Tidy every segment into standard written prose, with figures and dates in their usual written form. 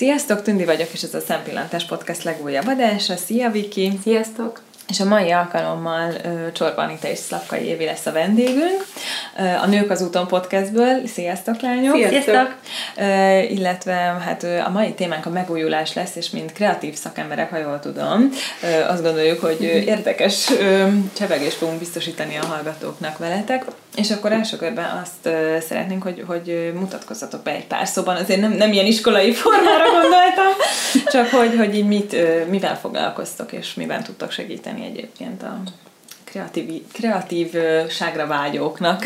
Sziasztok, Tündi vagyok, és ez a Szempillantás Podcast legújabb adása. Szia, Viki! Sziasztok! És a mai alkalommal Csorba Anita és Szlapkai Évi lesz a vendégünk. A Nők az úton podcastből. Sziasztok, lányok! Sziasztok! Illetve hát a mai témánk a megújulás lesz, és mint kreatív szakemberek, ha jól tudom, azt gondoljuk, hogy érdekes csevegést fogunk biztosítani a hallgatóknak veletek. És akkor első körben azt szeretnénk, hogy mutatkozzatok be egy pár szóban. Azért nem ilyen iskolai formára gondoltam, csak hogy így mivel foglalkoztok, és miben tudtok segíteni egyébként a kreatívságra vágyóknak.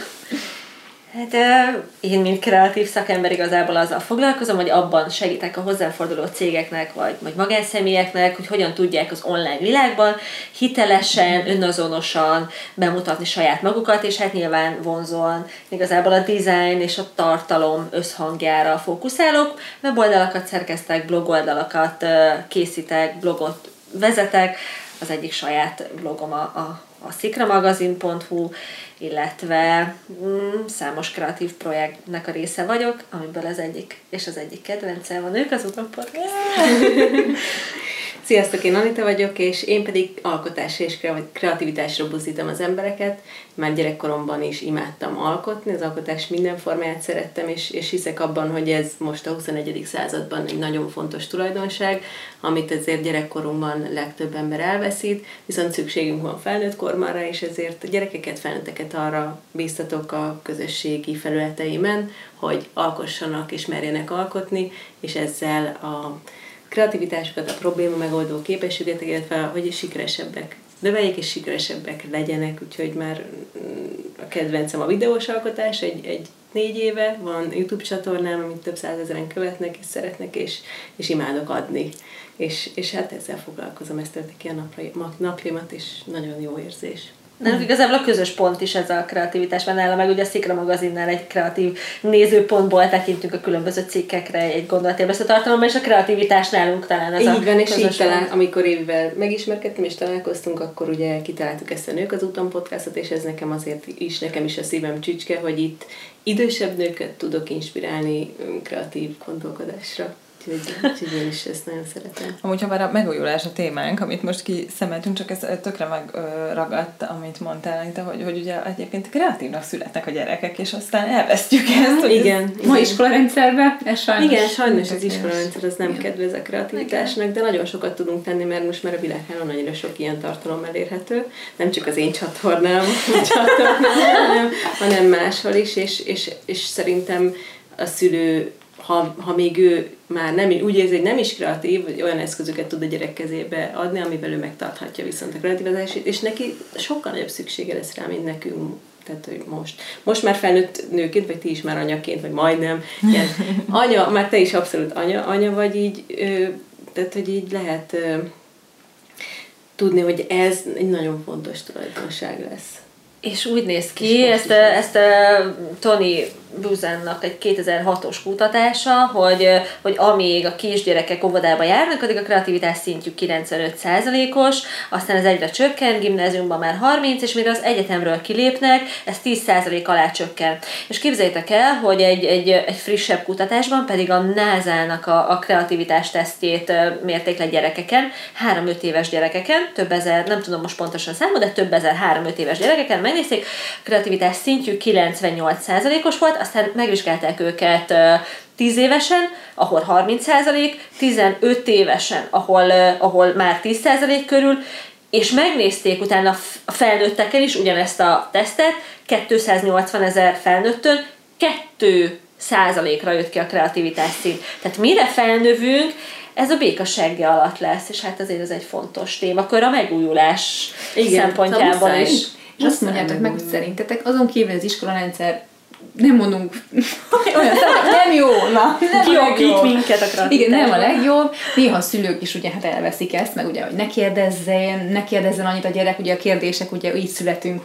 Hát én, mint kreatív szakember igazából azzal foglalkozom, hogy abban segítek a hozzám forduló cégeknek, vagy magánszemélyeknek, hogy hogyan tudják az online világban hitelesen, önazonosan bemutatni saját magukat, és hát nyilván vonzóan igazából a design és a tartalom összhangjára fókuszálok. Weboldalakat szerkesztek, blogoldalakat készítek, blogot vezetek, az egyik saját blogom a szikramagazin.hu, illetve számos kreatív projektnek a része vagyok, amiből az egyik kedvencem a Nők az úton podcast. Sziasztok, én Anita vagyok, és én pedig alkotásra és kreativitásra buzdítom az embereket. Már gyerekkoromban is imádtam alkotni, az alkotás minden formáját szerettem, és hiszek abban, hogy ez most a 21. században egy nagyon fontos tulajdonság, amit azért gyerekkorunkban legtöbb ember elveszít, viszont szükségünk van felnőtt kormára, és ezért a gyerekeket, felnőtteket arra bíztatok a közösségi felületeimen, hogy alkossanak és merjenek alkotni, és ezzel a kreativitásukat, a probléma megoldó képességet, illetve hogy sikeresebbek növeljék és sikeresebbek legyenek, úgyhogy már a kedvencem a videós alkotás, egy 4 éve van YouTube csatornám, amit több százezeren követnek és szeretnek, és imádok adni. És hát ezzel foglalkozom, ezt töltik ki a napjaimat, és nagyon jó érzés. Nem, igazából a közös pont is ez a kreativitás van nála, meg ugye a Szikra magazinnál egy kreatív nézőpontból tekintünk a különböző cikkekre, egy gondolatébresztő tartalommal, és a kreativitás nálunk talán ez így a van, és közös így pont. amikor Évivel megismerkedtem és találkoztunk, akkor ugye kitaláltuk ezt a Nők az úton podcastot, és ez nekem is a szívem csücske, hogy itt idősebb nőket tudok inspirálni kreatív gondolkodásra. Úgyhogy én is ezt nagyon szeretem. Amúgy, ha már a megújulás a témánk, amit most kiszemeltünk, csak ez tökre megragadt, amit mondtál, Anita, hogy ugye egyébként kreatívnak születnek a gyerekek, és aztán elvesztjük ezt. Igen. Ma iskolarendszerben ez sajnos. Igen, sajnos az iskolarendszer az nem kedvez a kreativitásnak, de nagyon sokat tudunk tenni, mert most már a világhálón annyira sok ilyen tartalom elérhető, nem csak az én csatornám, hanem máshol is, és szerintem a szülő, ha még ő már nem, úgy érzi, hogy nem is kreatív, vagy olyan eszközöket tud a gyerek kezébe adni, amivel ő megtarthatja viszont a kreativitását, és neki sokkal nagyobb szüksége lesz rá, mint nekünk. Tehát, hogy most már felnőtt nőként, vagy ti is már anyaként, vagy majdnem, ilyen anya, már te is abszolút anya vagy így, tehát, hogy így lehet tudni, hogy ez egy nagyon fontos tulajdonság lesz. És úgy néz ki, ezt Tony Buzannak egy 2006-os kutatása, hogy amíg a kisgyerekek óvodába járnak, addig a kreativitás szintjük 95%-os, aztán ez egyre csökken, gimnáziumban már 30%, és mire az egyetemről kilépnek, ez 10% alá csökken. És képzeljétek el, hogy egy frissebb kutatásban pedig a NASA-nak a kreativitás tesztjét mérték le gyerekeken, 3-5 éves gyerekeken, több ezer, nem tudom most pontosan számot, de több ezer 3-5 éves gyerekeken megnézték, a kreativitás szintjük 98%-os volt, aztán megvizsgálták őket 10 évesen, ahol 30%, 15 évesen, ahol már 10% körül, és megnézték utána a felnőtteken is ugyanezt a tesztet, 280 000 felnőttön 2%-ra jött ki a kreativitás szint. Tehát mire felnövünk, ez a béka segge alatt lesz, és hát azért ez egy fontos témakör a megújulás szempontjából is. És azt mondjátok meg, hogy szerintetek azon kívül az iskolarendszer, nem mondunk olyan nem jó, nem kiokít minket a kreativitás. Igen, nem a legjobb. Néha a szülők is ugye hát elveszik ezt, meg ugye, hogy ne kérdezzen annyit a gyerek, ugye a kérdések, ugye így születünk, hogy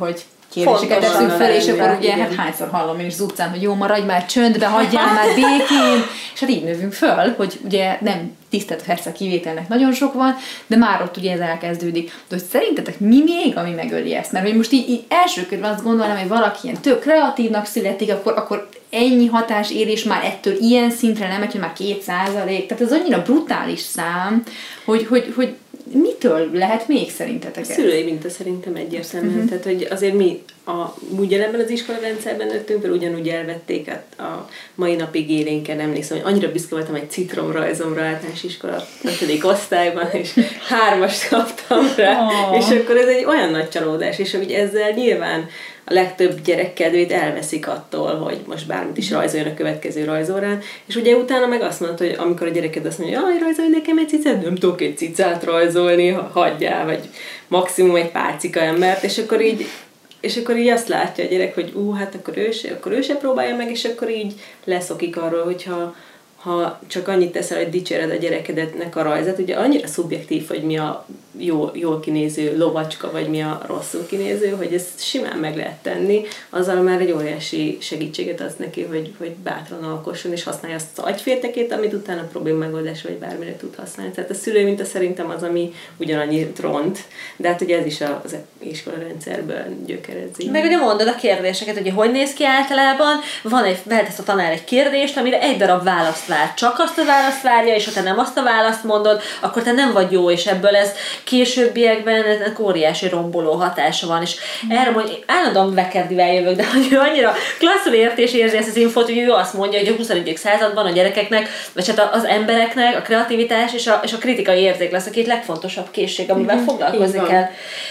kérdéseket teszünk fel, és akkor ugye hát hányszor hallom én is az utcán, hogy jó, maradj már csöndbe, hagyjál már békén, és hát így növünk föl, hogy ugye nem tisztelt persze a kivételnek nagyon sok van, de már ott ugye ez elkezdődik. De hogy szerintetek mi még, ami megöli ezt? Mert hogy most így első körben azt gondolom, hogy valaki ilyen tök kreatívnak születik, akkor ennyi hatásérés már ettől ilyen szintre nem megy, hogy már 2%. Tehát ez annyira brutális szám, hogy mitől lehet még szerintetek ez? A szülői minta szerintem egyértelműen. Tehát, hogy azért mi ugyanebben az iskolarendszerben nőttünk, mert ugyanúgy elvették a mai napig élénken emlékszem, hogy annyira büszke voltam egy citromrajzomra általános iskola 5. osztályban, és 3-ast kaptam rá, és akkor ez egy olyan nagy csalódás, és hogy ezzel nyilván a legtöbb gyerek kedvét elveszik attól, hogy most bármit is rajzoljon a következő rajzórán, és ugye utána meg azt mondod, hogy amikor a gyereked azt mondja, hogy rajzolj nekem egy cicát, nem tudok egy cicát rajzolni, hagyjál, vagy maximum egy pálcika embert, és akkor így azt látja a gyerek, hogy hát akkor ő se próbálja meg, és akkor így leszokik arról, hogyha csak annyit teszel, hogy dicséred a gyerekedetnek a rajzát, ugye annyira szubjektív, hogy mi a jól kinéző lovacska, vagy mi a rosszul kinéző, hogy ezt simán meg lehet tenni, azzal már egy óriási segítséget adsz neki, hogy bátran alkosson, és használja azt az agyfértekét, amit utána probléma megoldás, vagy bármire tud használni. Tehát a szülő minta szerintem az, ami ugyanannyi ront, de hát ugye ez is az iskolarendszerből gyökerezik. Meg ugye mondod a kérdéseket, hogy néz ki általában, vehetesz a tanár egy kérdést, amire egy darab választ vár, csak azt a választ várja, és ha te nem azt a választ mondod, akkor te nem vagy jó, és ebből ez későbbiekben ennek óriási romboló hatása van, és erre mondja, állandóan Vekerdivel jövök, de hogy ő annyira klasszul érti és érzi ezt az infót, hogy ő azt mondja, hogy a 21. században a gyerekeknek, vagy hát az embereknek a kreativitás és a kritikai érzék lesz a két legfontosabb készség, amivel foglalkozni kell.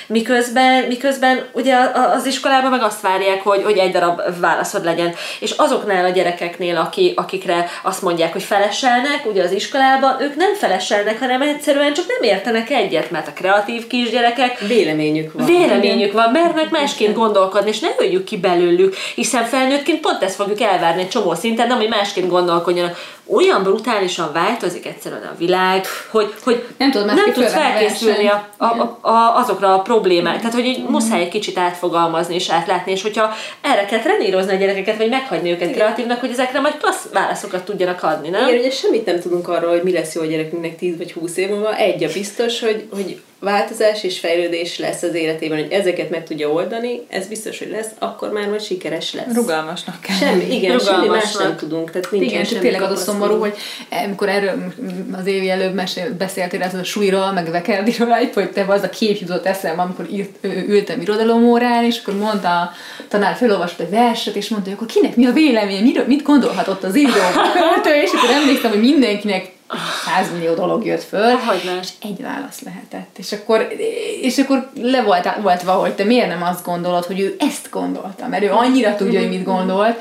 Miközben ugye az iskolában meg azt várják, hogy egy darab válaszod legyen. És azoknál a gyerekeknél, akikre azt mondják, hogy feleselnek, ugye az iskolában, ők nem feleselnek, hanem egyszerűen csak nem értenek egyet, mert a kreatív kisgyerekek véleményük van, mernek másként gondolkodni, és ne öljük ki belőlük, hiszen felnőttként pont ezt fogjuk elvárni egy csomó szinten, nem, hogy másként gondolkodjanak. Olyan brutálisan változik egyszerűen a világ, hogy nem tudsz felkészülni azokra a problémák. Tehát, hogy muszáj egy kicsit átfogalmazni és átlátni, és hogyha erre kell trenírozni a gyerekeket, vagy meghagyni őket kreatívnak, hogy ezekre majd klassz válaszokat tudjanak adni, nem? Igen, ugye semmit nem tudunk arról, hogy mi lesz jó a gyerekünknek 10 vagy 20 év múlva. Egy a biztos, hogy változás és fejlődés lesz az életében, hogy ezeket meg tudja oldani, ez biztos, hogy lesz, akkor már majd sikeres lesz. Rugalmasnak kell. Semmi más nem tudunk. Tehát igen, és tényleg az a szomorú, hogy amikor erről az évi előbb beszéltél ez a súlyról, meg Vekerdiről, hogy te az a kép jutott eszembe, amikor ültem irodalomórán, és akkor mondta a tanár, felolvasott egy verset, és mondta, hogy akkor kinek mi a vélemény, mit gondolhatott az író, és akkor emlékszem, hogy mindenkinek 100 millió dolog jött föl, és egy válasz lehetett. És akkor le volt valahogy, te miért nem azt gondolod, hogy ő ezt gondolta, mert ő annyira tudja, hogy mit gondolt,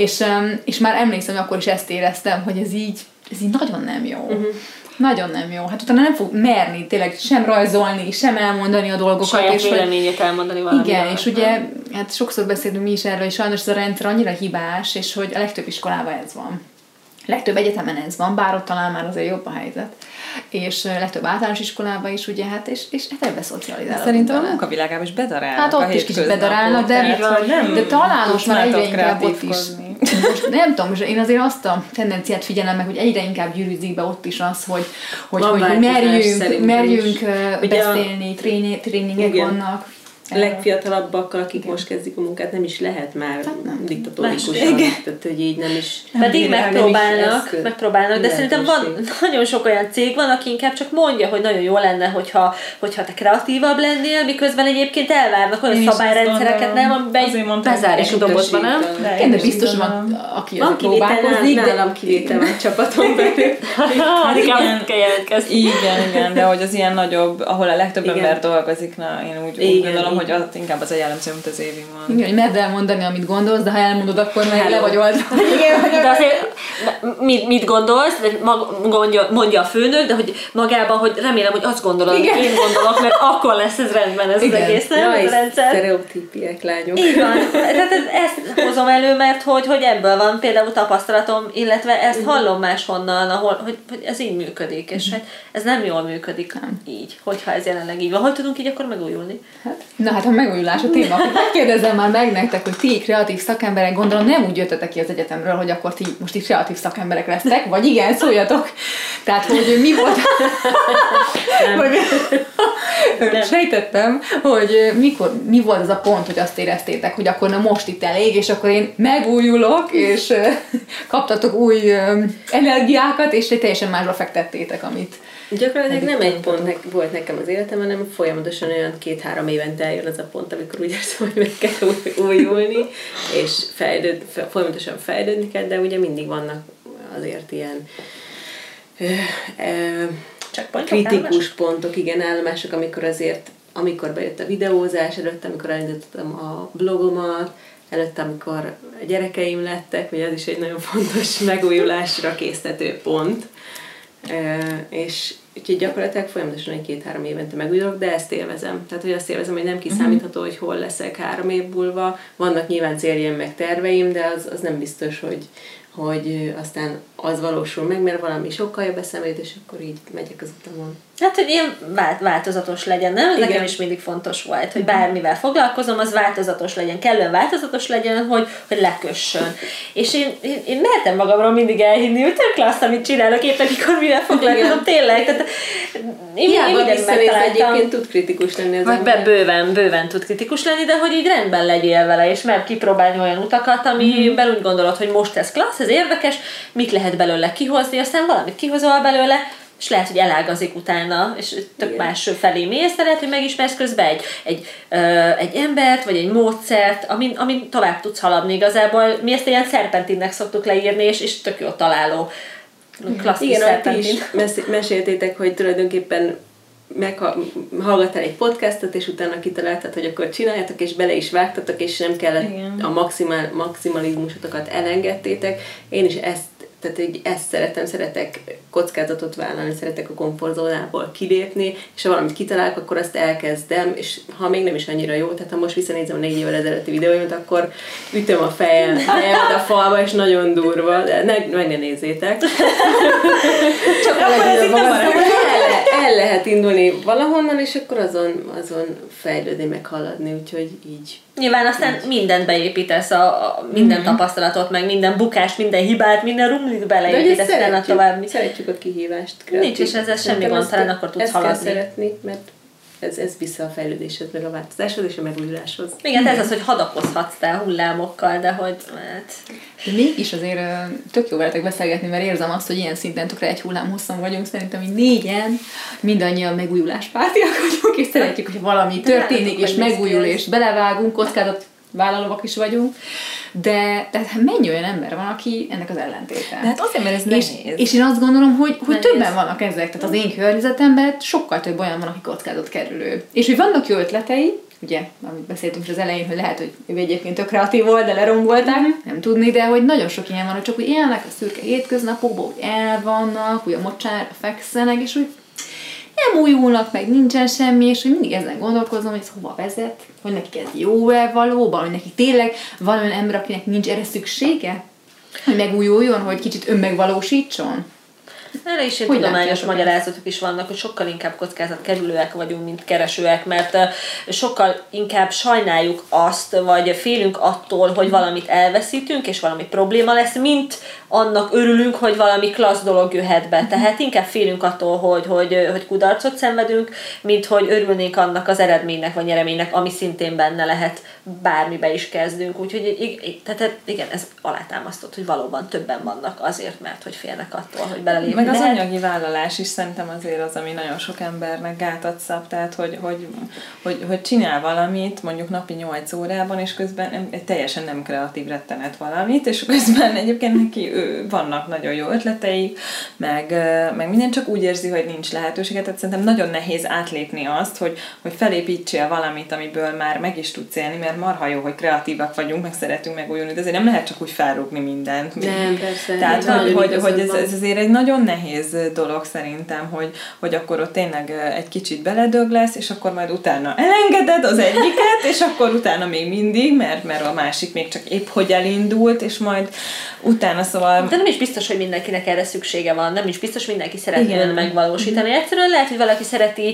és már emlékszem, hogy akkor is ezt éreztem, hogy ez így nagyon nem jó. Nagyon nem jó. Hát utána nem fog merni tényleg sem rajzolni, sem elmondani a dolgokat. Saját véleményét elmondani valami. Igen, és ugye hát sokszor beszélünk mi is erről, és sajnos ez a rendszer annyira hibás, és hogy a legtöbb iskolában ez van. Legtöbb egyetemen ez van, bár ott talán már azért jobb a helyzet. És legtöbb általános iskolában is, ugye, hát és ebbe szocializálnak. Szerintem a munkavilágában is bedarálnak. Hát ott is kicsit bedarálnak, de talán most már egyre inkább ott is. Most nem tudom, én azért azt a tendenciát figyelem meg, hogy egyre inkább gyűrűzik be ott is az, hogy merjünk beszélni, tréningek vannak. A legfiatalabbakkal, akik most kezdik a munkát, nem is lehet már diktatórikusan. Tehát, hogy így nem is... Pedig megpróbálnak, de szerintem nagyon sok olyan cég van, aki inkább csak mondja, hogy nagyon jó lenne, hogyha te kreatívabb lennél, miközben egyébként elvárnak olyan szabályrendszereket, nem, amiben bezárják a dobozba, nem? De biztos van, aki ezzel próbálkozik. Nálam kivétel a csapaton belül. Igen, de hogy az ilyen nagyobb, ahol a legtöbb ember dolgozik, én úgy gondolom, hogy az inkább az a jellemző, mint az évig van. Igen, hogy merd elmondani, amit gondolsz, de ha elmondod, akkor meg le vagy oldva. De azért mit gondolsz, mondja a főnök, de hogy magában, hogy remélem, hogy azt gondolod, hogy én gondolok, mert akkor lesz ez rendben ez az egész, nem? Ez a rendszer. Sztereotípiek, lányok. Így van. Tehát ezt hozom elő, mert hogy ebből van például tapasztalatom, illetve ezt hallom máshonnan, hogy ez így működik, és ez nem jól működik így, hogyha ez jelenleg így van. Hogy tudunk így akkor megújulni? Na, Na hát a megújulás a téma. Megkérdezem már meg nektek, hogy ti kreatív szakemberek, gondolom nem úgy jöttetek ki az egyetemről, hogy akkor ti most is kreatív szakemberek lesztek, vagy igen, szóljatok. Tehát, hogy mi volt... Sejtettem, hogy mi volt az a pont, hogy azt éreztétek, hogy akkor na most itt elég, és akkor én megújulok, és kaptatok új energiákat, és teljesen másra fektettétek, amit... Gyakorlatilag nem egy pont volt nekem az életem, hanem folyamatosan olyan 2-3 évente eljön az a pont, amikor úgy érzem, hogy meg kell újulni, és folyamatosan fejlődni kell, de ugye mindig vannak azért ilyen kritikus pontok, igen, állomások, amikor bejött a videózás, előtte, amikor elindítottam a blogomat, előtte, amikor a gyerekeim lettek, ugye az is egy nagyon fontos megújulásra késztető pont. És úgyhogy gyakorlatilag folyamatosan egy 2-3 évente megújulok, de ezt élvezem. Tehát, hogy azt élvezem, hogy nem kiszámítható, hogy hol leszek 3 év múlva. Vannak nyilván céljaim meg terveim, de az nem biztos, hogy aztán az valósul meg, mert valami sokkal jobb eszembe jut, és akkor így megyek az utamon. Hát, hogy ilyen változatos legyen, nem? Ez nekem is mindig fontos volt, hogy bármivel foglalkozom, az változatos legyen, kellően változatos legyen, hogy lekössön. És én mertem magamról mindig elhinni, hogy tök klassz, amit csinálok éppen, mikor mivel foglalkozom, tényleg. Tehát én mindent megtaláltam. Egyébként tud kritikus lenni az ember. Bőven tud kritikus lenni, de hogy így rendben legyél vele, és mer kipróbálni olyan utakat, amiben úgy gondolod, hogy most ez klassz, ez érdekes, mit lehet belőle kihozni, aztán valamit kihozol belőle, és lehet, hogy elágazik utána, és tök más felé mész, de lehet, hogy megismersz közben egy embert, vagy egy módszert, amin tovább tudsz haladni. Igazából mi ezt ilyen szerpentinnek szoktuk leírni, és tök jó találó. Klasszikus szerpentin. Igen, ti is meséltétek, hogy tulajdonképpen meghallgattál egy podcastot, és utána kitaláltad, hogy akkor csináljátok, és bele is vágtatok, és nem kellett a maximalizmusotokat elengedtétek. Én is ezt szeretek kockázatot vállalni, szeretek a komfortzónából kilépni, és ha valamit kitalálok, akkor azt elkezdem, és ha még nem is annyira jó, tehát ha most visszanézem a 4 évvel ezelőtti videóimat, akkor ütöm a fejemet a falba, és nagyon durva, de meg ne nézzétek. Csak el lehet indulni valahonnan, és akkor azon fejlődni, meg haladni, úgyhogy így. Nyilván aztán mindent beépítesz, minden tapasztalatot, meg minden bukást, minden hibát, minden rumlit beleépítesz, a tovább. Szeretjük a kihívást. Nincs is ezzel semmi gond, talán akkor tudsz haladni. Ezt kell szeretni, mert ez vissza a fejlődéshez, meg a változáshoz és a megújuláshoz. Igen, ez az, hogy hadakozhatsz te hullámokkal, de hogy... De mégis azért tök jó veletek beszélgetni, mert érzem azt, hogy ilyen szinten tökre egy hullám hosszan vagyunk, szerintem így 4-en mindannyian megújuláspártiak vagyunk, és szeretjük, hogy valami történik, és megújul, és belevágunk, kockázat vállalóak is vagyunk, de mennyi olyan ember van, aki ennek az ellentéte. De hát azért, mert ez nehéz. És én azt gondolom, hogy többen vannak ezek, tehát az én környezetemben sokkal több olyan van, aki kockázatkerülő. És hogy vannak jó ötletei, ugye, amit beszéltünk az elején, hogy lehet, hogy ő egyébként tök kreatív volt, de lerombolták, nem tudni, de hogy nagyon sok ilyen van, hogy csak úgy élnek a szürke hétköznapokban, úgy el vannak, úgy a mocsárra fekszenek, és úgy nem újulnak, meg nincsen semmi, és hogy mindig ezen gondolkozom, hogy ez hova vezet, hogy nekik ez jó-e valóban, hogy nekik tényleg van olyan ember, akinek nincs erre szüksége, hogy megújuljon, hogy kicsit önmegvalósítson. Erre is ilyen tudományos magyarázatok is vannak, hogy sokkal inkább kockázatkerülőek vagyunk, mint keresőek, mert sokkal inkább sajnáljuk azt, vagy félünk attól, hogy valamit elveszítünk, és valami probléma lesz, mint annak örülünk, hogy valami klassz dolog jöhet be. Tehát inkább félünk attól, hogy kudarcot szenvedünk, mint hogy örülnénk annak az eredménynek, vagy nyereménynek, ami szintén benne lehet, bármibe is kezdünk. Úgyhogy tehát igen, ez alátámasztott, hogy valóban többen vannak azért, mert hogy félnek attól, hogy belelépni. Meg az anyagi vállalás is szerintem azért az, ami nagyon sok embernek gátat szab, tehát hogy csinál valamit, mondjuk napi 8 órában, és közben egy teljesen nem kreatív rettenet valamit, és közben egyébként neki vannak nagyon jó ötletei, meg minden, csak úgy érzi, hogy nincs lehetőséget, tehát szerintem nagyon nehéz átlépni azt, hogy felépítsél valamit, amiből már meg is tudsz élni, mert marha jó, hogy kreatívak vagyunk, meg szeretünk megújulni, de azért nem lehet csak úgy felrúgni mindent. Nem, persze. Tehát, hogy ez azért egy nagyon nehéz nehéz dolog szerintem, hogy akkor ott tényleg egy kicsit beledög lesz, és akkor majd utána elengeded az egyiket, és akkor utána még mindig, mert a másik még csak épp hogy elindult, és majd utána szóval... De nem is biztos, hogy mindenkinek erre szüksége van, nem is biztos, hogy mindenki szeretne megvalósítani. Egyszerűen lehet, hogy valaki szereti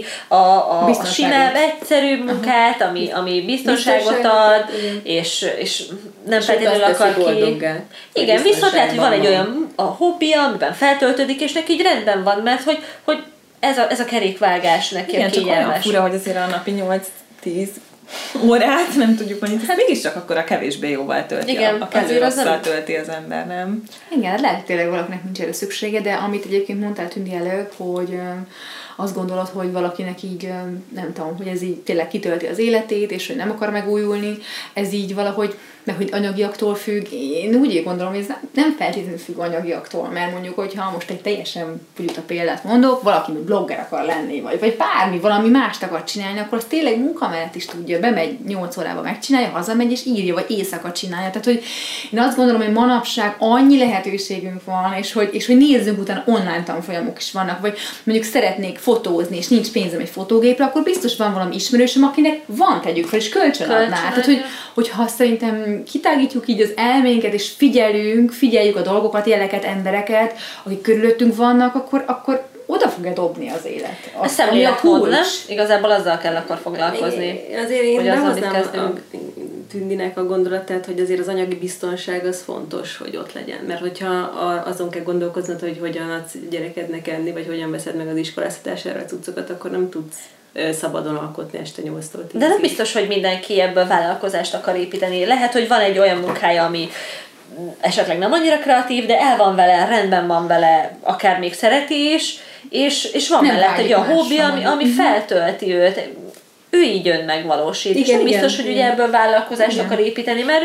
a simább, egyszerűbb munkát, ami biztonságot ad, és nem feltétlenül akar ki. Igen, viszont lehet, hogy van egy olyan a hobbija, amiben feltöltődik, és neki így rendben van, mert hogy ez a kerékvágás neki a kényelmes. Csak olyan fura, hogy azért a napi 8-10 órát, nem tudjuk mondani, hát mégiscsak akkor a kevésbé jóval tölti, igen, a kevésbé rosszal tölti az ember, nem? Igen, lehet tényleg valakinek nincs erre szüksége, de amit egyébként mondtál Tündi előbb, hogy azt gondolod, hogy valakinek így, nem tudom, hogy ez így tényleg kitölti az életét, és hogy nem akar megújulni, ez így valahogy, mert hogy anyagiaktól függ. Én úgy gondolom, hogy ez nem feltétlenül függ anyagiaktól, mert mondjuk, hogyha most egy teljesen a példát mondok, valaki blogger akar lenni, vagy bármi, valami mást akar csinálni, akkor az tényleg munka mellett is tudja, bemegy 8 órába megcsinálja, hazamegy és írja, vagy éjszaka csinálja. Tehát, hogy én azt gondolom, hogy manapság annyi lehetőségünk van, és hogy nézzünk utána online tanfolyamok is vannak, vagy mondjuk szeretnék fotózni, és nincs pénzem egy fotógépre, akkor biztos van valami ismerősöm, akinek van, tegyük fel, és kölcsön adná. Tehát, hogyha szerintem kitágítjuk így az elménket, és figyeljük a dolgokat, jeleket, embereket, akik körülöttünk vannak, akkor oda fogja dobni az élet. A szemléletmód, nem? Igazából azzal kell akkor foglalkozni. Azért én behoznám Tündinek a gondolatát, hogy azért az anyagi biztonság az fontos, hogy ott legyen. Mert hogyha azon kell gondolkoznod, hogy hogyan adsz gyerekednek enni, vagy hogyan veszed meg az iskoláztatására a cuccokat, akkor nem tudsz szabadon alkotni este 8-tól 10-ig. De nem biztos, hogy mindenki ebből vállalkozást akar építeni. Lehet, hogy van egy olyan munkája, ami esetleg nem annyira kreatív, de el van vele, rendben van vele, akár még szereti is, és van mellett egy olyan hobbi, ami feltölti őt. Ő így önmegvalósít. Igen, és nem biztos, hogy ugye ebből vállalkozást akar építeni, mert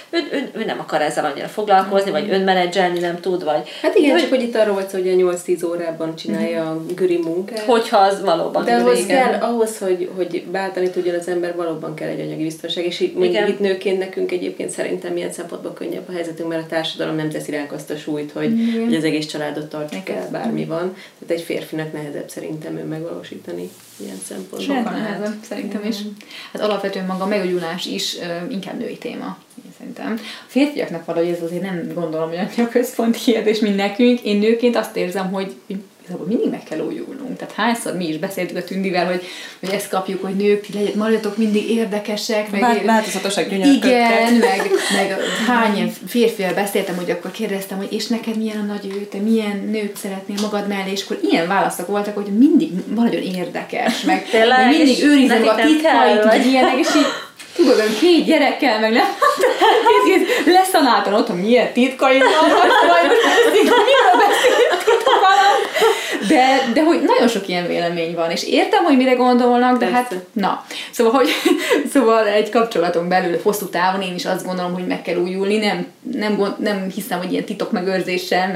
ő nem akar ezzel annyira foglalkozni, vagy önmenedzselni nem tud, vagy... Hát igen, csak hogy itt arról volt szó, hogy a 8-10 órában csinálja a göri munkát. Hogyha az valóban de ahhoz, hogy váltani tudjon az ember, valóban kell egy anyagi biztonság, és itt nőként nekünk egyébként szerintem ilyen szempontból könnyebb a helyzetünk, mert a társadalom nem teszi ránk azt a súlyt, hogy az egész családot tartjuk el, bármi van. Tehát egy férfinak nehezebb szerintem megvalósítani ilyen szempontból. Sokkal nehezebb, szerintem is. Hát alapvetően maga a megújulás is inkább női téma, szerintem. A férfiaknak valahogy ez azért nem gondolom, hogy annyira központi kérdés, mint nekünk. Én nőként azt érzem, hogy mindig meg kell újulnunk. Tehát hányszor mi is beszéltük a Tündivel, hogy ezt kapjuk, hogy nők, ti maradjatok mindig érdekesek, meg változatosak, gyönyörködtek. Igen, meg hány ilyen férfivel beszéltem, hogy akkor kérdeztem, hogy és neked milyen a nagy ő, te milyen nőt szeretnél magad mellé, és akkor ilyen válaszok voltak, hogy mindig nagyon érdekes, meg mindig őrizem a titkait, vagy ilyenek, és így tudod, 2 gyerekkel, meg nem leszanáltan otthon, milyen titkai vannak, vagy most miről beszélünk titokon. De hogy nagyon sok ilyen vélemény van, és értem, hogy mire gondolnak, de hát, na. Szóval egy kapcsolaton belül hosszú távon én is azt gondolom, hogy meg kell újulni, nem hiszem, hogy ilyen titokmegőrzéssel,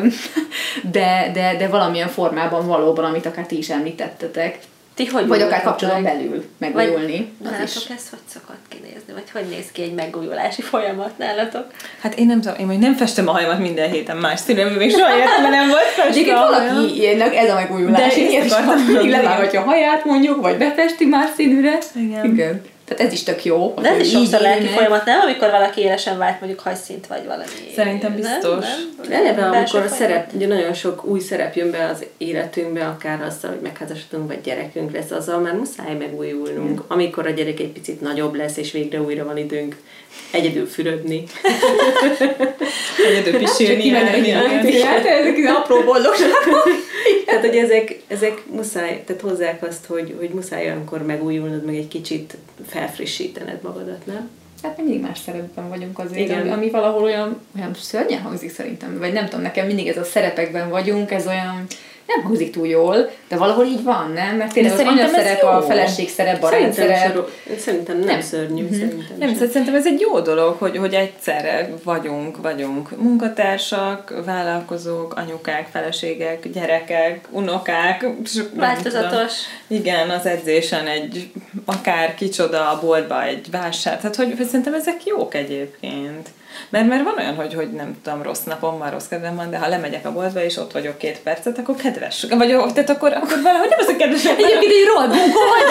de valamilyen formában valóban, amit akár ti is említettetek. Vagy akár kapcsolatban belül megújulni. Nálatok ez hogy szokott kinézni? Vagy hogy néz ki egy megújulási folyamat nálatok? Hát én nem tudom, én nem festem a hajamat minden héten más színre, még soha életemben nem volt festve. Egyébként valakinek ez a megújulás. Én is mindig levágatja a haját mondjuk, vagy befesti más színűre. Igen. Tehát ez is tök jó. De ez is sokszor lelki folyamat, nem? Amikor valaki élesen vált mondjuk hajszínt vagy valami. Szerintem biztos. Eleve amikor a szerep, ugye nagyon sok új szerep jön be az életünkbe, akár azzal, hogy megházasodunk, vagy gyerekünk lesz, azzal már muszáj megújulnunk. Amikor a gyerek egy picit nagyobb lesz, és végre újra van időnk egyedül fürödni. Egyedül pisilni. Ezek az apró boldogságok. Tehát, hogy ezek muszáj, tehát hozzák azt, hogy muszáj olyankor megújulnod, meg egy kicsit felfrissítened magadat, nem? Hát mindig más szerepben vagyunk azért, ami valahol olyan szörnyen hangzik szerintem, vagy nem tudom, nekem mindig ez a szerepekben vagyunk, ez olyan nem hangzik túl jól, de valahol így van, nem? Mert tényleg az anyaszerep, a feleség szerep, barát szerep. Szerintem nem szörnyű. Szerintem ez egy jó dolog, hogy egyszerre vagyunk munkatársak, vállalkozók, anyukák, feleségek, gyerekek, unokák. Változatos. Igen, az edzésen akár kicsoda a boltba egy vásár. Tehát, hogy szerintem ezek jók egyébként. Mert van olyan, hogy nem tudom, rossz napom van, rossz kedvem van, de ha lemegyek a boltba, és ott vagyok 2 percet, akkor kedves. Vagy tehát akkor valahogy nem az a kedves. Egyébként egy rohadt bunkó vagy.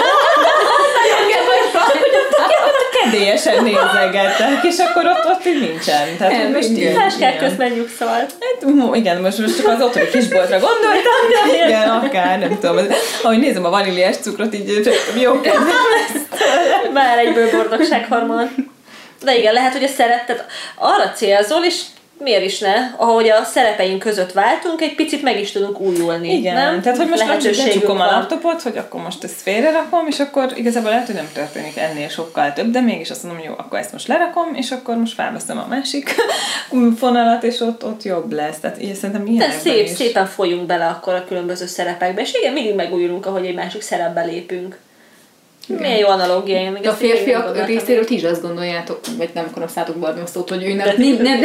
Kedélyesen nézegettek, és akkor ott így nincsen. Tehát most Táskát közben nyugszol. Hát, igen, most csak az otthoni kisboltra gondoltam, de igen, akár, nem tudom. Ahogy nézem a vaníliás cukrot, így jó kedvem lesz. Már egyből boldogsághormon. De igen, lehet, hogy a szeretet arra célzol, és miért is ne? Ahogy a szerepeink között váltunk, egy picit meg is tudunk újulni. Igen, nem? tehát hogy most lecsukom a van. laptopot, hogy akkor most ezt félrerakom, és akkor igazából lehet, hogy nem történik ennél sokkal több, de mégis azt mondom, jó, akkor ezt most lerakom, és akkor most felveszem a másik fonalat, és ott jobb lesz. Tehát így szerintem ilyenekben is. Szépen folyunk bele akkor a különböző szerepekbe, és igen, mindig megújulunk, ahogy egy másik szerepbe lépünk. Igen. Milyen jó analógia, én még a férfiak részéről ti is azt gondoljátok, vagy nem akarom szálltok barni a szót, hogy ő nem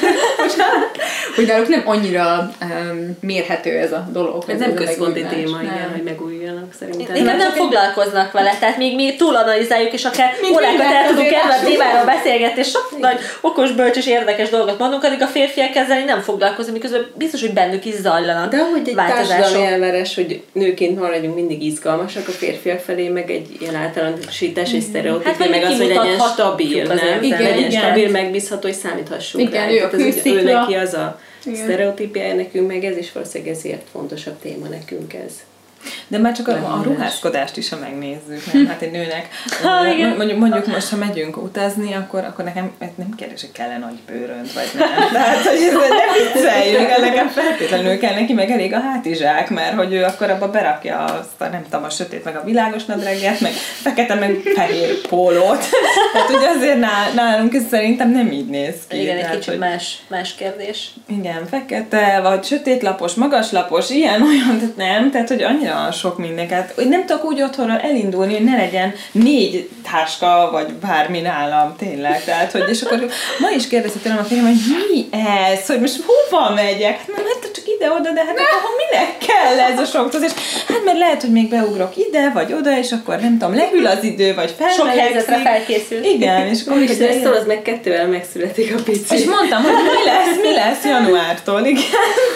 hogy náluk nem annyira mérhető ez a dolog. Ez nem központi téma, igen, hogy megújuljanak szerintem. Igen, nem foglalkoznak vele, tehát még mi túlanalizáljuk, és akár órákat el tudunk erről a témáról beszélgetni, és sok nagy okos, bölcs és érdekes dolgot mondunk, addig a férfiak ezzel nem foglalkoznak, miközben biztos, hogy bennük is zajlanak. De ahogy egy társadalmi elvárás, hogy nőként maradjunk mindig izgalmasak, a férfiak felé, meg egy ilyen általánosítás és sztereotípia, meg az, hogy legyen stabil, nem? Legyen stabil, megbízható, hogy számíthassunk rá. Ő neki az a sztereotípiája, nekünk meg ez is valószínűleg ezért fontosabb téma nekünk ez. De már csak a ruházkodást is, ha megnézzük, nem? Hát egy nőnek, mondjuk most, ha megyünk utazni, akkor nekem nem kérdés, hogy kell-e nagy bőrönt, vagy nem. Tehát, hogy ne vicceljünk, nekem feltétlenül kell neki, meg elég a hátizsák, mert hogy ő akkor abba berakja azt a, nem tudom, a sötét, meg a világos nadrágját, meg fekete, meg fehér pólót. Tehát ugye azért nálunk ez szerintem nem így néz ki. Igen, egy kicsit más kérdés. Igen, fekete, vagy sötétlapos, magaslapos, ilyen-olyan, tehát nem, tehát hogy annyira sok mindenket. Nem tudok úgy otthonról elindulni, hogy ne legyen 4 táska, vagy bármi nálam, tényleg. Tehát, hogy, és akkor ma is kérdezte tőlem a férjem, hogy mi ez, hogy most hova megyek? Hát nem, hát csak ide-oda, de hát akkor minek kell ez a sok és hát mert lehet, hogy még beugrok ide, vagy oda, és akkor nem tudom, lehűl az idő, vagy felmelegszik. Sok helyzetre felkészül. Igen, és akkor is ezt az meg 2-vel megszületik a pici. És mondtam, hogy mi lesz januártól, igen.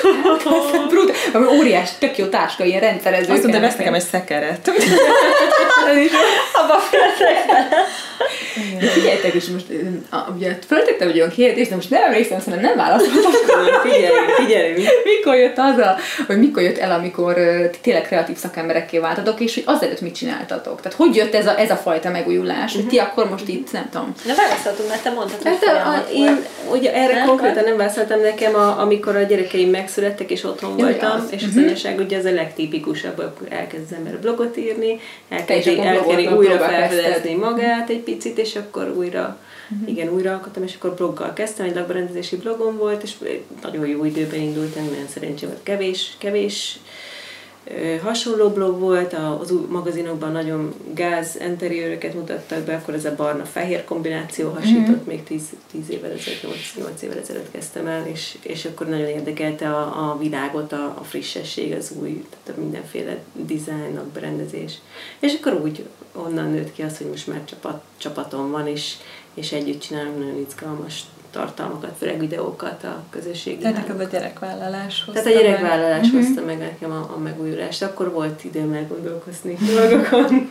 Óriás, tök jó táska, ilyen rendszerező. Azt mondta, vesz nekem egy szekeret. Abba féltek bele. De figyeljetek is, most ugye föltettem egy olyan kérdést, de most nem emlékszem, szerintem nem válaszoltam. Figyelj. Mikor jött el, amikor tényleg kreatív szakemberekké váltatok, és hogy azelőtt mit csináltatok? Tehát hogy jött ez a fajta megújulás, hogy ti akkor most itt, nem tudom. Na válaszoltunk, mert te mondtad, hogy én ugye erre konkrétan nem válaszoltam, nekem, amikor a gyerekeim megszülettek, és otthon voltam, és az anyaság ugye az a legtipikusabb, akkor elkezd az ember blogot írni, elkezdi újra felfedezni magát egy picit, és akkor újra alkottam, és akkor bloggal kezdtem, egy lakberendezési blogom volt, és nagyon jó időben indultam, nagyon szerencsém volt, kevés hasonló blog volt, az új magazinokban nagyon gáz interiőröket mutattak be, akkor ez a barna-fehér kombináció hasított, még 10 évvel ezelőtt, 8 évvel ezelőtt kezdtem el, és akkor nagyon érdekelte a világot, a frissesség, az új, tehát mindenféle dizájn, berendezés. És akkor úgy onnan nőtt ki az, hogy most már csapatom van, és együtt csinálunk nagyon izgalmas tartalmakat, főleg videókat a közösségben. Tehát neked a gyerekvállalás hozta. Tehát a gyerekvállalás hozta meg nekem a megújulást. Akkor volt időm elgondolkozni dolgokon.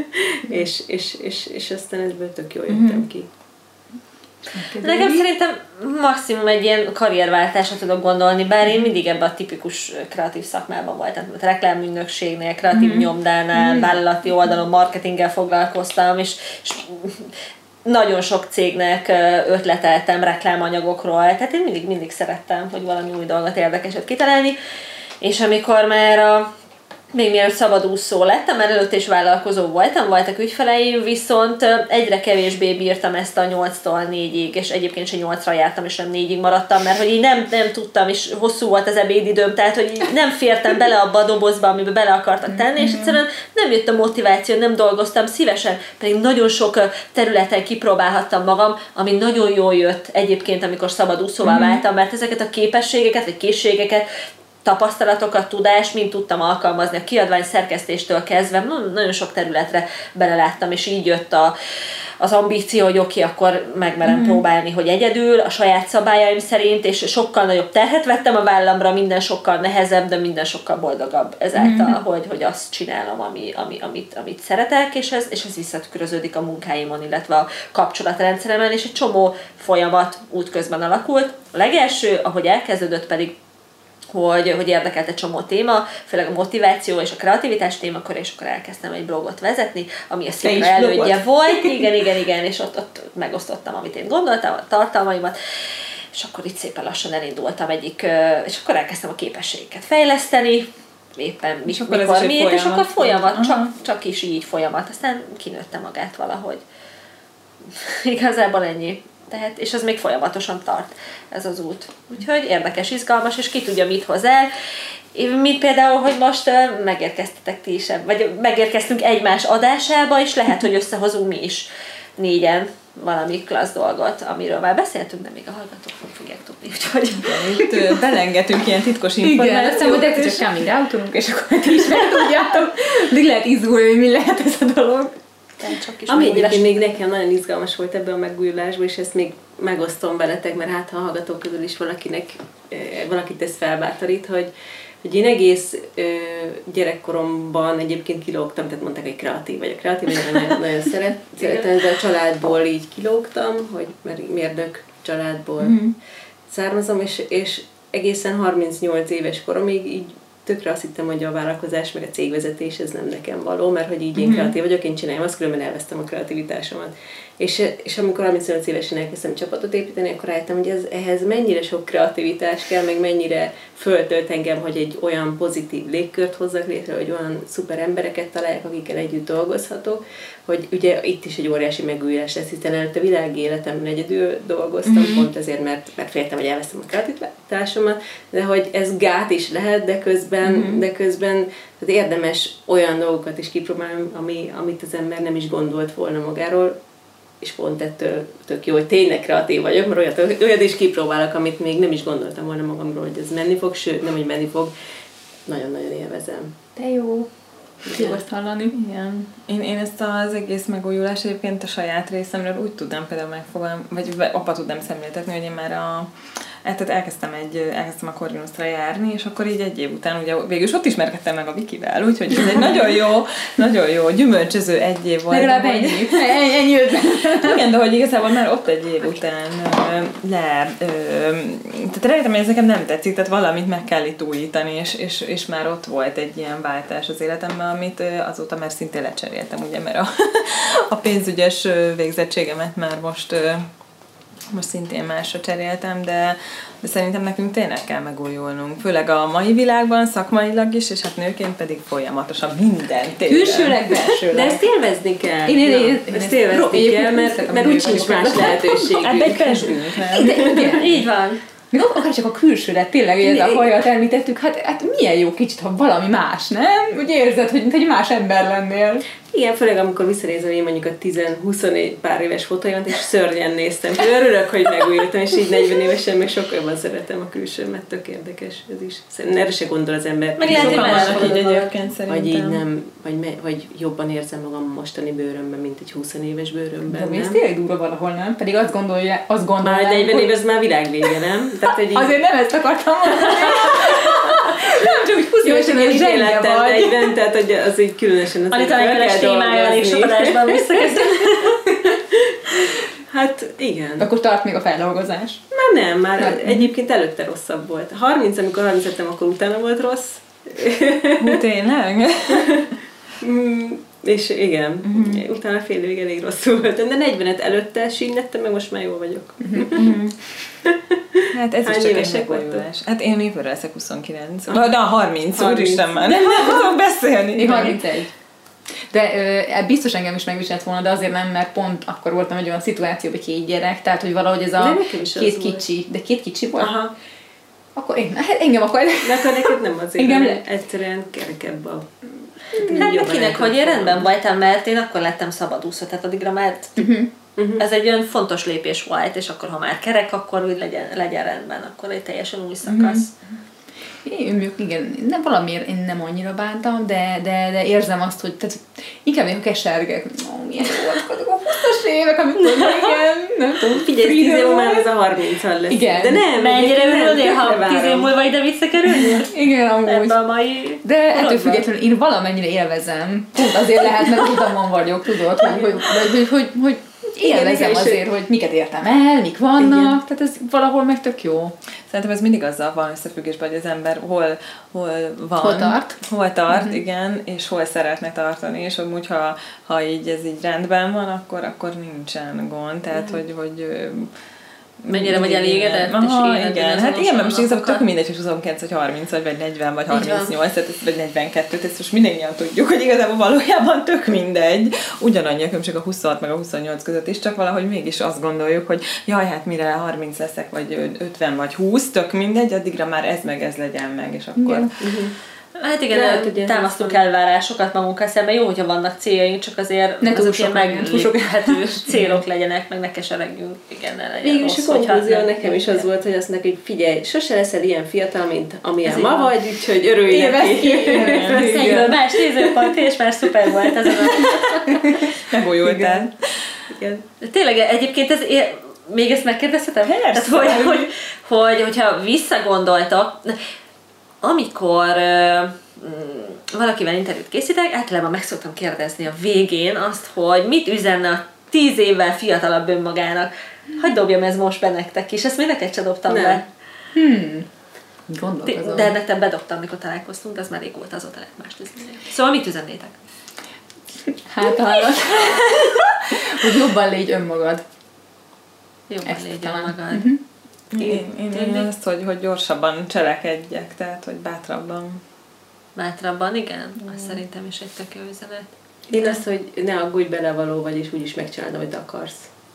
és aztán ebből tök jól jöttem ki. Nekem szerintem maximum egy ilyen karrierváltásra tudok gondolni, bár én mindig ebben a tipikus kreatív szakmában voltam. Reklámügynökségnél, kreatív nyomdánál, vállalati oldalon, marketinggel foglalkoztam, és nagyon sok cégnek ötleteltem reklámanyagokról, tehát én mindig szerettem, hogy valami új dolgot, érdekeset kitalálni, és amikor már még mielőtt szabadúszó lettem, mert előtt is vállalkozó voltak ügyfeleim, viszont egyre kevésbé bírtam ezt a 8-tól 4-ig, és egyébként sem 8-ra jártam, és nem 4-ig maradtam, mert hogy így nem tudtam, és hosszú volt az ebédidőm, tehát hogy így nem fértem bele abba a dobozba, amiben bele akartak tenni, és egyszerűen nem jött a motiváció, nem dolgoztam szívesen, pedig nagyon sok területen kipróbálhattam magam, ami nagyon jól jött egyébként, amikor szabadúszóvá váltam, mert ezeket a képességeket, vagy készségeket, tapasztalatokat, tudást mind tudtam alkalmazni a kiadvány szerkesztéstől kezdve, nagyon sok területre beleláttam, és így jött az ambíció, hogy oké, akkor megmerem próbálni, hogy egyedül, a saját szabályaim szerint, és sokkal nagyobb terhet vettem a vállamra, minden sokkal nehezebb, de minden sokkal boldogabb ezáltal, hogy azt csinálom, amit szeretek, és ez visszatükröződik a munkáimon, illetve a kapcsolatrendszeremen, és egy csomó folyamat útközben alakult. A legelső, ahogy elkezdődött pedig, hogy érdekelt egy csomó téma, főleg a motiváció és a kreativitás témakör, és akkor elkezdtem egy blogot vezetni, ami a Szikra elődje volt. Igen, és ott megosztottam, amit én gondoltam, a tartalmaimat, és akkor itt szépen lassan elindultam és akkor elkezdtem a képességeket fejleszteni, éppen mikor miért, és akkor folyamat, csak is így folyamat, aztán kinőtte magát valahogy. Igazából ennyi. Tehát, és ez még folyamatosan tart, ez az út. Úgyhogy érdekes, izgalmas, és ki tudja, mit hoz el. Mint például, hogy most megérkeztetek ti is, vagy megérkeztünk egymás adásába, és lehet, hogy összehozunk mi is 4-en valami klassz dolgot, amiről már beszéltünk, de még a hallgatók nem fogják tudni, úgyhogy... Igen, itt belengetünk ilyen titkos információt. Igen, aztán majd csak coming out-olunk, és akkor ti is meg tudjátok, addig lehet izgulni, hogy mi lehet ez a dolog. Ami egyébként még nekem nagyon izgalmas volt ebben a megújulásban, és ezt még megosztom veletek, mert hát ha a hallgatók közül is valakit ez felbátorít, hogy én egész gyerekkoromban egyébként kilógtam, tehát mondták, hogy kreatív vagyok, nagyon szeretem, de a családból így kilógtam, mert mérdök családból származom, és egészen 38 éves koromig így tökre azt hittem, hogy a vállalkozás meg a cégvezetés ez nem nekem való, mert hogy így én kreatív vagyok, én csináljam, azt különben elvesztem a kreativitásomat. És amikor 35 évesen elkezdtem csapatot építeni, akkor rájöttem, hogy ehhez mennyire sok kreativitás kell, meg mennyire föltölt engem, hogy egy olyan pozitív légkört hozzak létre, hogy olyan szuper embereket találjak, akikkel együtt dolgozhatok, hogy ugye itt is egy óriási megújulás lesz, hiszen előtte világi életemben egyedül dolgoztam, pont ezért, mert féltem, hogy elvesztem a kreativitásomat, de hogy ez gát is lehet, de közben tehát érdemes olyan dolgokat is kipróbálni, amit az ember nem is gondolt volna magáról, és pont ettől tök jó, hogy tényleg kreatív vagyok, mert olyat is kipróbálok, amit még nem is gondoltam volna magamról, hogy ez menni fog, sőt, nem, hogy menni fog, nagyon-nagyon élvezem. De jó. Jó azt hallani. Igen. Én ezt az egész megújulás egyébként a saját részemről úgy tudnám például megfogalmazni, vagy abba tudnám szemléltetni, hogy én már tehát elkezdtem a Corvinusra járni, és akkor így egy év után ugye végül is ott ismerkedtem meg a Vikivel, úgyhogy ez egy nagyon jó, gyümölcsöző egy év volt. Legalább ennyi Igen, de hogy igazából már ott egy év után tehát rájöttem, hogy ez nekem nem tetszik, tehát valamit meg kell itt újítani, és már ott volt egy ilyen váltás az életemben, amit azóta már szintén lecseréltem, ugye, mert a pénzügyes végzettségemet már most szintén másra cseréltem, de szerintem nekünk tényleg kell megújulnunk. Főleg a mai világban, szakmailag is, és hát nőként pedig folyamatosan minden téren. Külsőleg, belsőleg. De ezt élvezni kell. Ezt élvezni kell, mert úgy sincs más lehetőség. Ebbe egy pesgünk, nem? Így van. Még akár csak a külsőlet, tényleg, hogy ez a hajat említettük, hát milyen jó kicsit, ha valami más, nem? Úgy érzed, hogy mint egy más ember lennél. Igen, főleg amikor visszanézem én mondjuk a 10-20 pár éves fotóimat, és szörnyen néztem. Örülök, hogy megújultam, és így 40 évesen még sokkal jobban szeretem a külsőmet, tök érdekes ez is. Szerintem erre se gondol az ember. Meg lehet, hogy vannak így egyébként szerintem. Vagy így nem, vagy jobban érzem magam mostani bőrömben, mint egy 20 éves bőrömben. De ez tényleg durva valahol, nem? Pedig azt gondolom. Már 40 év, ez már világvége, nem? Tehát, hogy azért nem ezt akartam mondani. Nem csak úgy 20 évesen ilyen zsenge vagy. 40, tehát hogy az így különösen az Anita Engeles témája elég sok adásban visszakezdem. Hát igen. Akkor tart még a feldolgozás. Már egyébként előtte rosszabb volt. 30, amikor 30 lettem, akkor utána volt rossz. Tényleg? És igen, utána fél évig elég rosszul voltam, de 40-et előtte sínlettem, meg most már jól vagyok. Hát ez is csak egy megújulás. Hát én jövőre leszek 29. De 30, úristen már nem tudok beszélni. Én 31. De biztos engem is megviselt volna, de azért nem, mert pont akkor voltam egy olyan szituációban 2 gyerek, tehát hogy valahogy ez a 2 kicsi, de 2 kicsi volt? Aha. Akkor engem akkor... De akkor neked nem azért, egyszerűen kerekebb a... Hát nekinek, hogy én rendben voltam, mert én akkor lettem szabadúszó, tehát addigra már ez egy olyan fontos lépés volt, és akkor ha már kerek, akkor úgy legyen rendben, akkor egy teljesen új szakasz. Igen, valamiért én nem annyira bántam, de érzem azt, hogy tehát inkább én kesergek, milyen jó voltak a 20-as évek, amikor igen, nem tudom, figyelj, 10 év már ez a 30-al lesz. Igen. De nem, mennyire örülnél, ha tökre 10 év várom. múlva ide visszakerülnél? Igen, amúgy. Ebben a mai De ettől korokban. függetlenül én valamennyire élvezem. Pont azért lehet, mert az utamon vagyok, tudod, hogy élvezem igen, azért, hogy miket értem el, mik vannak, igen. tehát ez valahol meg tök jó. Szerintem ez mindig azzal van összefüggésben, hogy az ember hol van. Hol tart. Igen, és hol szeretne tartani, és amúgy, ha így ez így rendben van, akkor nincsen gond, tehát hogy mennyire vagy elégedett, és éled igen, hát igen, mert most igazából tök napokat. mindegy, hogy 29, vagy 30, vagy 40, vagy 38, vagy 42, ezt most mindannyian tudjuk, hogy igazából valójában tök mindegy. Ugyanannyi a különbség a 26 meg a 28 között is, csak valahogy mégis azt gondoljuk, hogy jaj, hát mire 30 leszek, vagy 50, vagy 20, tök mindegy, addigra már ez meg ez legyen meg, és akkor... Igen. Hát igen, Lehet, ugye, támasztunk elvárásokat magunkkal szemben. Jó, hogyha vannak céljaink, csak azért Ne túl azok ilyen sok legyen. megléphető célok legyenek, meg ne keseregjünk. Igen, ne legyen Végülis rossz, a hogyha konklúzió nem- nekem is az volt, hogy azt mondják, hogy figyelj, sose leszel ilyen fiatal, mint amilyen Ez ma így vagy, úgyhogy örülj neki. Egyből más nézőpont, és már szuper volt ez a... Megújultál. Igen. De tényleg egyébként ez... Még ezt megkérdezhetem? Persze. Tehát, hogyha visszagondoltak, amikor valakivel interjút készítek, általában meg szoktam kérdezni a végén azt, hogy mit üzenne a 10 évvel fiatalabb önmagának. Hogy dobjam ez most be nektek is? Ezt még neked se dobtam Nem. be. Gondolkozom. De nektek bedobtam, amikor találkoztunk, de az már régóta, azóta lehet mást üzenni. Szóval mit üzennétek? Hát hallod, hogy jobban légy önmagad. Jobban Ezt légy talán. magad. Én azt, hogy gyorsabban cselekedjek, tehát hogy bátrabban. Bátrabban, igen? Azt szerintem is egy tök jó üzenet. Én azt, hogy ne aggódj bele való vagy, és úgyis megcsinálod, amit akarsz.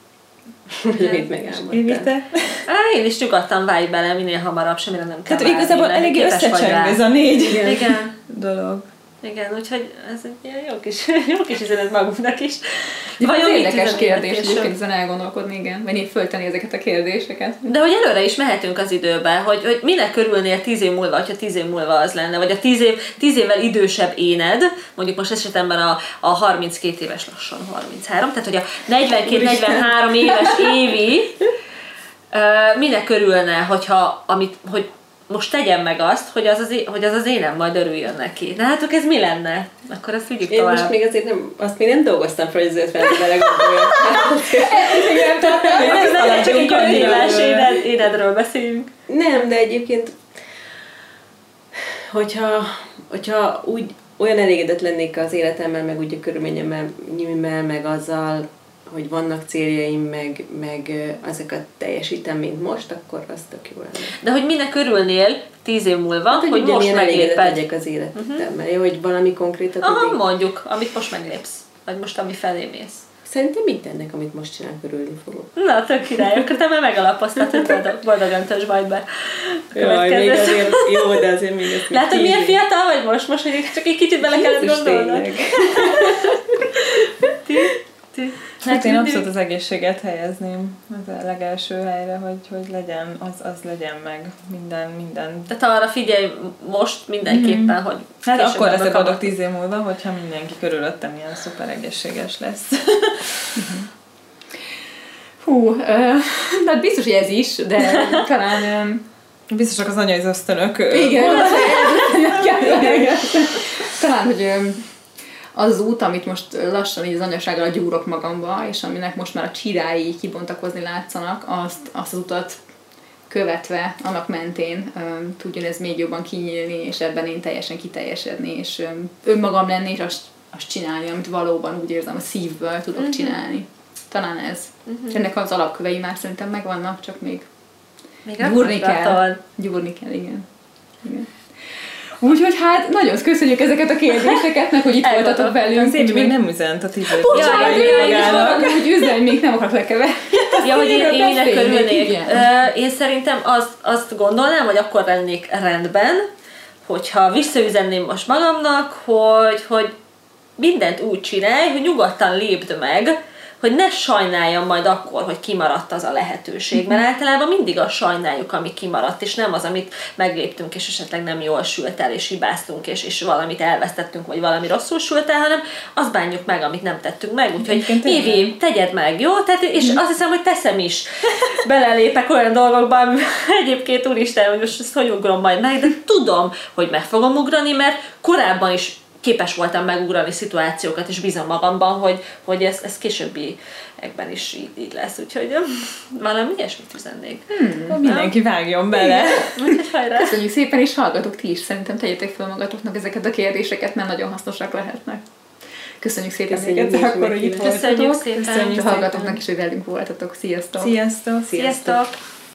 Amit megálmodtál. Én is nyugodtan vágj bele, minél hamarabb, semmire nem kell Tehát igazából várni, eléggé képes vagy összecseng rá. ez a 4 Igen. dolog. Igen, úgyhogy ez egy ilyen jó kis üzenet magunknak is. Ez Vajon mit érdekes üzenétek kérdés, később? egyébként ezen elgondolkodni, igen. Vagy én föltenni ezeket a kérdéseket. De hogy előre is mehetünk az időbe, hogy minek körülnél 10 év múlva, hogyha 10 év múlva az lenne, vagy a 10 évvel idősebb éned, mondjuk most esetemben a 32 éves, lassan 33, tehát hogy a 42-43 éves évi, minek körülne, hogy most tegyem meg azt, hogy az az énem majd örüljön neki. De hát ez mi lenne? Akkor azt vigyük Én tovább. most még azért azt még nem dolgoztam fel, hogy az 50 bele gondoljak. Csak egy 5 éves énedről beszéljünk. Nem, de egyébként, hogyha úgy olyan elégedett lennék az életemmel, meg úgy a körülményemmel, meg azzal, hogy vannak céljaim, meg ezeket teljesítem, mint most, akkor az tök jó lenne. De hogy minek örülnél 10 év múlva, Hát, hogy most ugyanilyen elégedett megléped. legyek az életemmel, jó, hogy valami konkrétat Aha, eddig. mondjuk, amit most meglépsz. Vagy most, ami felé mész. Szerintem mindennek, amit most csinálok, örülni fogok. Na, tök király, akkor te már megalapoztad, hogy boldogan töltsd majd be. Jaj, még azért, jó, de azért még ezt Látod, milyen fiatal vagy most, hogy csak egy kicsit bele kellett gondolnod. Hát én abszolút az egészséget helyezném az a legelső helyre, hogy legyen, az legyen meg minden. Tehát arra figyelj most mindenképpen, hogy Hát később akkor ebből leszek boldog kapod. 10 év múlva, hogyha mindenki körülöttem ilyen szuper egészséges lesz. Hú, hát biztos, hogy ez is, de talán... Biztosak az anyai ösztönök. Igen, talán, hogy az út, amit most lassan így az anyasággal gyúrok magamba, és aminek most már a csirái kibontakozni látszanak, azt az utat követve, annak mentén tudjon ez még jobban kinyílni, és ebben én teljesen kiteljesedni, és önmagam lenni, és azt csinálni, amit valóban úgy érzem, a szívből tudok csinálni. Talán ez. És ennek az alapkövei már szerintem megvannak, csak még gyúrni kell. Gyúrni kell, igen. Úgyhogy hát nagyon köszönjük ezeket a kérdéseket, meg hogy itt voltatok velünk. Szép, még nem üzent a 10 év. Úgy üzenj, még nem akarok lekeverni. Ja, hogy én minek örülnék. igen. Én szerintem azt gondolnám, hogy akkor lennék rendben, hogyha visszaüzenném most magamnak, hogy mindent úgy csinálj, hogy nyugodtan lépd meg, hogy ne sajnáljam majd akkor, hogy kimaradt az a lehetőség, mert általában mindig azt sajnáljuk, ami kimaradt, és nem az, amit megléptünk, és esetleg nem jól sült el, és hibáztunk, és valamit elvesztettünk, vagy valami rosszul sült el, hanem azt bánjuk meg, amit nem tettünk meg. Úgyhogy Évi, tegyed meg, jó? Tehát, és azt hiszem, hogy teszem is. Belelépek olyan dolgokba, amiben egyébként úristen, hogy most ezt hogy ugrom majd meg, de tudom, hogy meg fogom ugrani, mert korábban is képes voltam megugrani szituációkat, és bízom magamban, hogy ez későbbiekben is így lesz. Úgyhogy valami ilyesmit üzennék. Mindenki vágjon bele. Úgyhogy hajrá! Köszönjük szépen, és hallgatok ti is. Szerintem tegyétek fel magatoknak ezeket a kérdéseket, mert nagyon hasznosak lehetnek. Köszönjük szépen még egyszer, akkor, hogy itt voltatok. Köszönjük szépen! És a hallgatóknak is, hogy velünk voltatok. Sziasztok! Sziasztok! Sziasztok!